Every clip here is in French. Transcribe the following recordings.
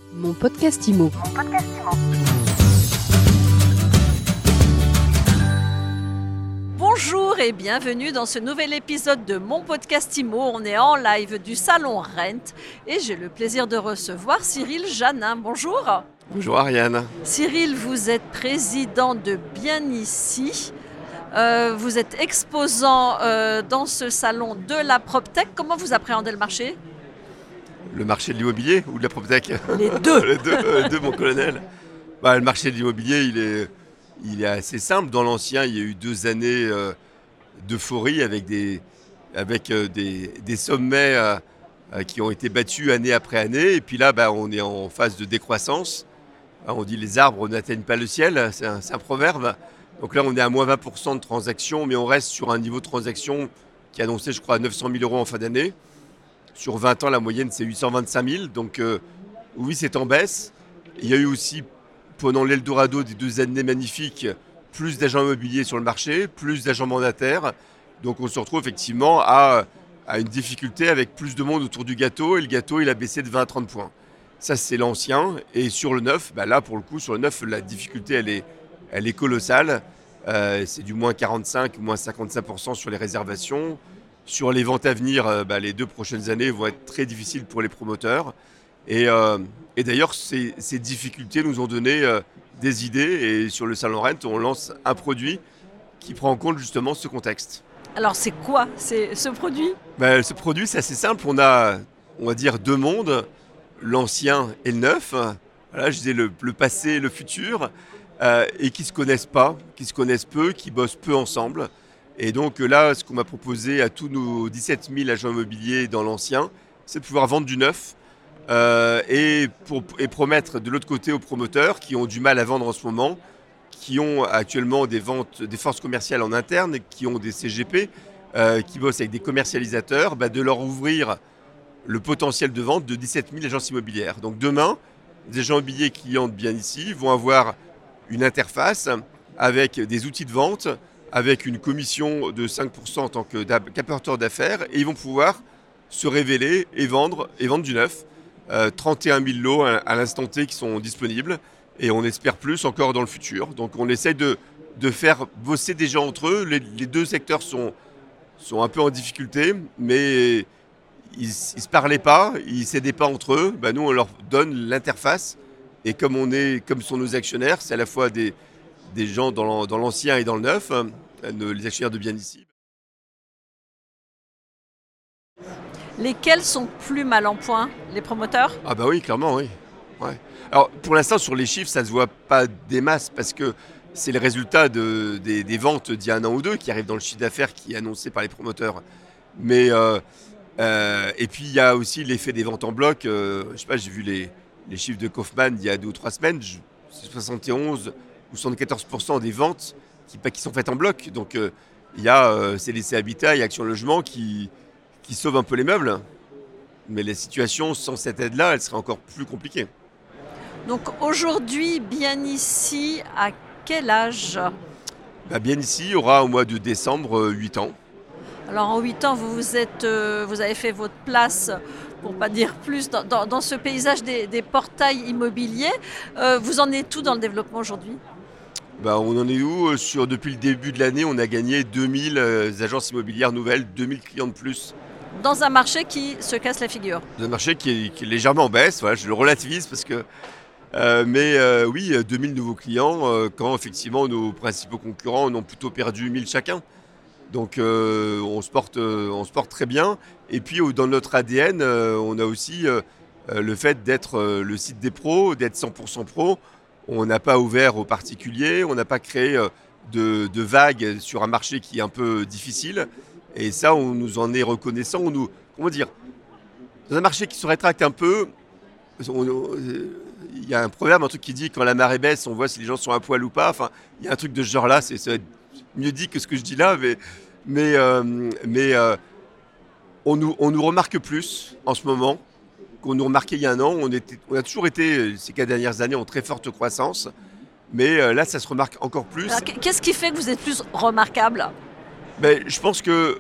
Mon podcast IMO. Bonjour et bienvenue dans ce nouvel épisode de Mon podcast IMO. On est en live du salon Rent et j'ai le plaisir de recevoir Cyril Janin. Bonjour. Bonjour Ariane. Cyril, vous êtes président de Bien Ici. Vous êtes exposant dans ce salon de la PropTech. Comment vous appréhendez le marché ? Le marché de l'immobilier ou de la PropTech ? Les deux. Les deux, mon colonel. Le marché de l'immobilier, il est assez simple. Dans l'ancien, il y a eu 2 années d'euphorie avec des sommets qui ont été battus année après année. Et puis là, on est en phase de décroissance. On dit les arbres n'atteignent pas le ciel, c'est un proverbe. Donc là, on est à moins 20% de transactions, mais on reste sur un niveau de transaction qui est annoncé, je crois, à 900 000 euros en fin d'année. Sur 20 ans, la moyenne, c'est 825 000. Donc oui, c'est en baisse. Il y a eu aussi, pendant l'Eldorado des 2 années magnifiques, plus d'agents immobiliers sur le marché, plus d'agents mandataires. Donc on se retrouve effectivement à une difficulté avec plus de monde autour du gâteau. Et le gâteau, il a baissé de 20 à 30 points. Ça, c'est l'ancien. Et sur le neuf, là, pour le coup, sur le neuf, la difficulté, elle est colossale. C'est du moins 45, moins 55% sur les réservations. Sur les ventes à venir, les 2 prochaines années vont être très difficiles pour les promoteurs. Et d'ailleurs, ces difficultés nous ont donné des idées. Et sur le salon Rent, on lance un produit qui prend en compte justement ce contexte. Alors c'est quoi ce produit ? Ce produit, c'est assez simple. On va dire 2 mondes, l'ancien et le neuf. Voilà, je disais le passé et le futur. Et qui ne se connaissent pas, qui se connaissent peu, qui bossent peu ensemble. Et donc là, ce qu'on m'a proposé à tous nos 17 000 agents immobiliers dans l'ancien, c'est de pouvoir vendre du neuf et promettre de l'autre côté aux promoteurs qui ont du mal à vendre en ce moment, qui ont actuellement des forces commerciales en interne, qui ont des CGP, qui bossent avec des commercialisateurs, de leur ouvrir le potentiel de vente de 17 000 agences immobilières. Donc demain, des agents immobiliers clients de Bien Ici vont avoir une interface avec des outils de vente, avec une commission de 5% en tant qu'apporteur d'affaires, et ils vont pouvoir se révéler et vendre du neuf. 31 000 lots à l'instant T qui sont disponibles, et on espère plus encore dans le futur. Donc on essaie de faire bosser des gens entre eux. Les 2 secteurs sont un peu en difficulté, mais ils ne se parlaient pas, ils ne s'aidaient pas entre eux. Nous, on leur donne l'interface. Et comme sont nos actionnaires, c'est à la fois des gens dans l'ancien et dans le neuf, les actionnaires de Bien Ici. Lesquels sont plus mal en point ? Les promoteurs ? Oui, clairement, oui. Ouais. Alors, pour l'instant, sur les chiffres, ça ne se voit pas des masses parce que c'est le résultat des ventes d'il y a 1 an ou 2 qui arrivent dans le chiffre d'affaires qui est annoncé par les promoteurs. Mais, et puis, il y a aussi l'effet des ventes en bloc. J'ai vu les chiffres de Kaufman il y a 2 ou 3 semaines, c'est 71 ou 74% des ventes qui sont faites en bloc. Donc il y a CDC Habitat et Action Logement qui sauvent un peu les meubles. Mais les situations sans cette aide-là, elles seraient encore plus compliquées. Donc aujourd'hui, Bien Ici, à quel âge ? Bien Ici aura au mois de décembre 8 ans. Alors en 8 ans, vous avez fait votre place, pour ne pas dire plus, dans ce paysage des portails immobiliers. Vous en êtes où dans le développement aujourd'hui ? On en est où ? Depuis le début de l'année, on a gagné 2000 agences immobilières nouvelles, 2000 clients de plus. Dans un marché qui se casse la figure. Dans un marché qui est légèrement en baisse, voilà, je le relativise parce que... oui, 2000 nouveaux clients quand effectivement nos principaux concurrents en ont plutôt perdu 1000 chacun. Donc on se porte très bien. Et puis dans notre ADN, on a aussi le fait d'être le site des pros, d'être 100% pro. On n'a pas ouvert aux particuliers, on n'a pas créé de vagues sur un marché qui est un peu difficile. Et ça, on nous en est reconnaissant. Dans un marché qui se rétracte un peu, il y a un proverbe, un truc qui dit quand la marée baisse, on voit si les gens sont à poil ou pas. Enfin, il y a un truc de ce genre-là, ça va être mieux dit que ce que je dis là, mais on nous remarque plus en ce moment qu'on nous remarquait il y a 1 an. On a toujours été, ces 4 dernières années, en très forte croissance, mais là, ça se remarque encore plus. Alors, qu'est-ce qui fait que vous êtes plus remarquable ? Je pense que,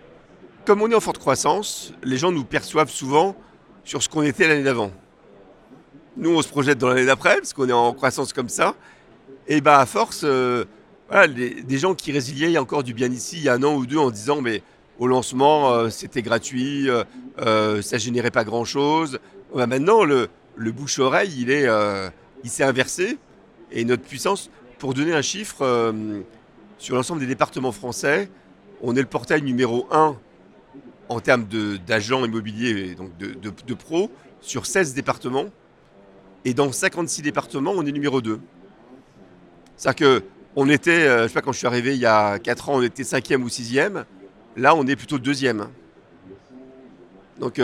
comme on est en forte croissance, les gens nous perçoivent souvent sur ce qu'on était l'année d'avant. nous, on se projette dans l'année d'après, parce qu'on est en croissance comme ça. Et bah, à force, voilà, des gens qui résiliaient il y a encore du bien ici, il y a 1 an ou 2, en disant, mais au lancement, c'était gratuit, ça générait pas grand-chose. Bah, maintenant, le bouche-oreille, il s'est inversé. Et notre puissance, pour donner un chiffre, sur l'ensemble des départements français, on est le portail numéro 1 en termes d'agents immobiliers, donc de pros, sur 16 départements. Et dans 56 départements, on est numéro 2. C'est-à-dire qu'on était, je sais pas, quand je suis arrivé il y a 4 ans, on était 5e ou 6e. Là, on est plutôt 2e. Donc,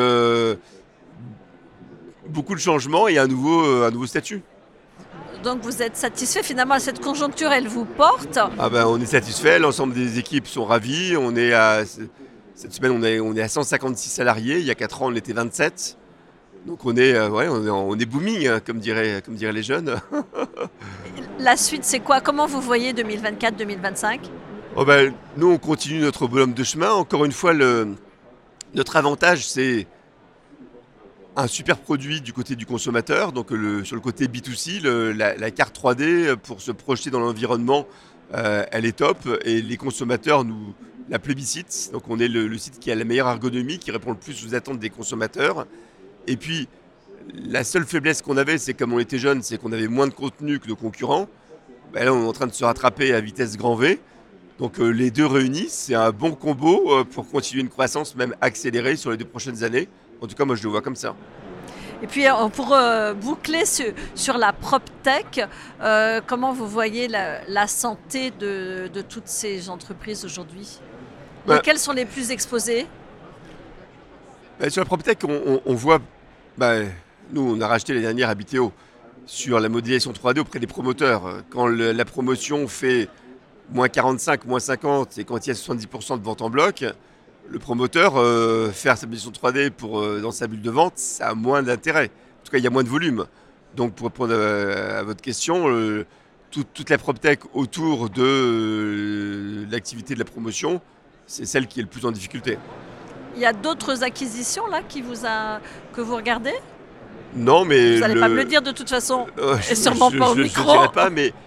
beaucoup de changements et un nouveau statut. Donc vous êtes satisfait finalement, cette conjoncture, elle vous porte? Ah ben, on est satisfait, l'ensemble des équipes sont ravies. Cette semaine, on est à 156 salariés. Il y a 4 ans, on était 27. Donc on est booming, hein, comme diraient les jeunes. La suite, c'est quoi? Comment vous voyez 2024-2025? Oh ben, nous, on continue notre bonhomme de chemin. Encore une fois, notre avantage, c'est un super produit du côté du consommateur. Donc sur le côté B2C, la carte 3D pour se projeter dans l'environnement, elle est top. Et les consommateurs nous la plébiscitent. Donc on est le site qui a la meilleure ergonomie, qui répond le plus aux attentes des consommateurs. Et puis, la seule faiblesse qu'on avait, c'est comme on était jeune, c'est qu'on avait moins de contenu que nos concurrents. Ben là, on est en train de se rattraper à vitesse grand V. Donc les deux réunis, c'est un bon combo pour continuer une croissance même accélérée sur les 2 prochaines années. En tout cas, moi, je le vois comme ça. Et puis, pour boucler sur la PropTech, comment vous voyez la santé de toutes ces entreprises aujourd'hui? Lesquelles sont les plus exposées? Sur la PropTech, on voit, nous, on a racheté l'année dernière Habiteo sur la modélisation 3D auprès des promoteurs. Quand la promotion fait moins 45, moins 50, et quand il y a 70% de vente en bloc, le promoteur, faire sa modélisation 3D dans sa bulle de vente, ça a moins d'intérêt. En tout cas, il y a moins de volume. Donc, pour répondre à votre question, toute la PropTech autour de l'activité de la promotion, c'est celle qui est le plus en difficulté. Il y a d'autres acquisitions là que vous regardez? Non, mais vous n'allez pas me le dire de toute façon, et sûrement pas au micro. Je ne dirais pas, mais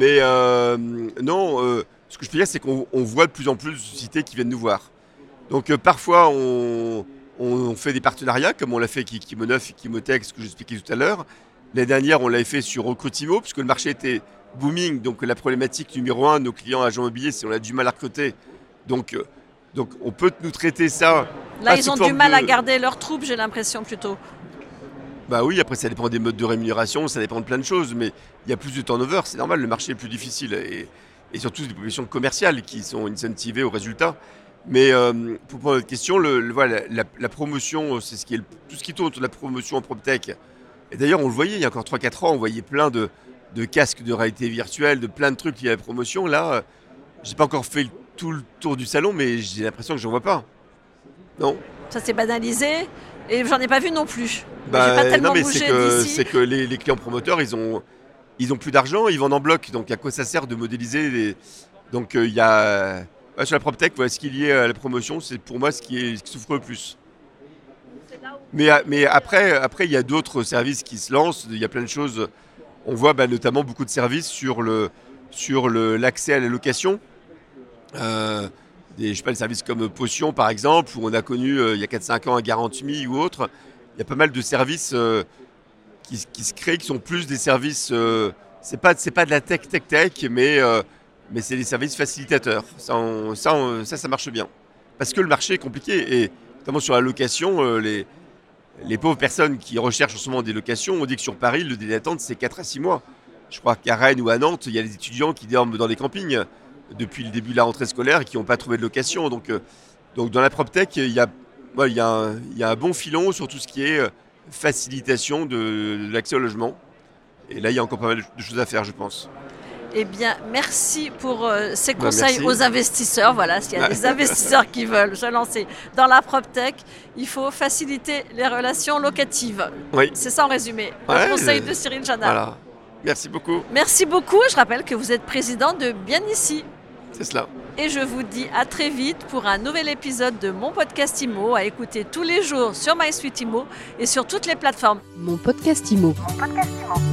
non. Ce que je peux dire, c'est qu'on voit de plus en plus de sociétés qui viennent nous voir. Donc parfois, on fait des partenariats, comme on l'a fait avec Kimoneuf et Kimotech, ce que j'expliquais tout à l'heure. L'année dernière, on l'avait fait sur Recrutimo, puisque le marché était booming. Donc la problématique numéro 1 de nos clients agents immobiliers, c'est qu'on a du mal à recruter. Donc on peut nous traiter ça. Là, ils ont du mal à garder leurs troupes, j'ai l'impression plutôt. Bah oui, après ça dépend des modes de rémunération, ça dépend de plein de choses, mais il y a plus de turnover, c'est normal, le marché est plus difficile. Et surtout des populations commerciales qui sont incentivées aux résultats. Mais pour prendre votre question, voilà, la promotion, c'est tout ce qui tourne autour de la promotion en PropTech. Et d'ailleurs, on le voyait il y a encore 3-4 ans, on voyait plein de casques de réalité virtuelle, de plein de trucs liés à la promotion. Là, j'ai pas encore fait tout le tour du salon, mais j'ai l'impression que j'en vois pas. Non. Ça s'est banalisé et j'en ai pas vu non plus. J'ai pas tellement bougé d'ici. C'est que les clients promoteurs, ils ont plus d'argent, ils vendent en bloc. Donc à quoi ça sert de modéliser Donc il y a sur la PropTech, voilà, ce qui est lié à la promotion, c'est pour moi ce qui souffre le plus. Mais après, il y a d'autres services qui se lancent. Il y a plein de choses. On voit notamment beaucoup de services sur l'accès à la location. Je sais pas, des services comme Potion par exemple, où on a connu il y a 4-5 ans un Garantie ou autre. Il y a pas mal de services qui se créent, qui sont plus des services. C'est pas de la tech, mais c'est des services facilitateurs. Ça marche bien. Parce que le marché est compliqué et notamment sur la location, les pauvres personnes qui recherchent en ce moment des locations, on dit que sur Paris, le délai d'attente c'est 4 à 6 mois. Je crois qu'à Rennes ou à Nantes, il y a des étudiants qui dorment dans les campings depuis le début de la rentrée scolaire et qui n'ont pas trouvé de location. Donc dans la PropTech, il y a un bon filon sur tout ce qui est facilitation de l'accès au logement. Et là, il y a encore pas mal de choses à faire, je pense. Eh bien, merci pour ces conseils merci. aux investisseurs. Voilà, s'il y a des investisseurs qui veulent se lancer dans la PropTech, il faut faciliter les relations locatives. Oui. C'est ça en résumé. Le conseil de Cyril Janat. Voilà. Merci beaucoup. Merci beaucoup. Je rappelle que vous êtes président de Bien Ici. C'est cela. Et je vous dis à très vite pour un nouvel épisode de mon podcast IMO à écouter tous les jours sur MySuite IMO et sur toutes les plateformes. Mon podcast IMO. Mon podcast IMO.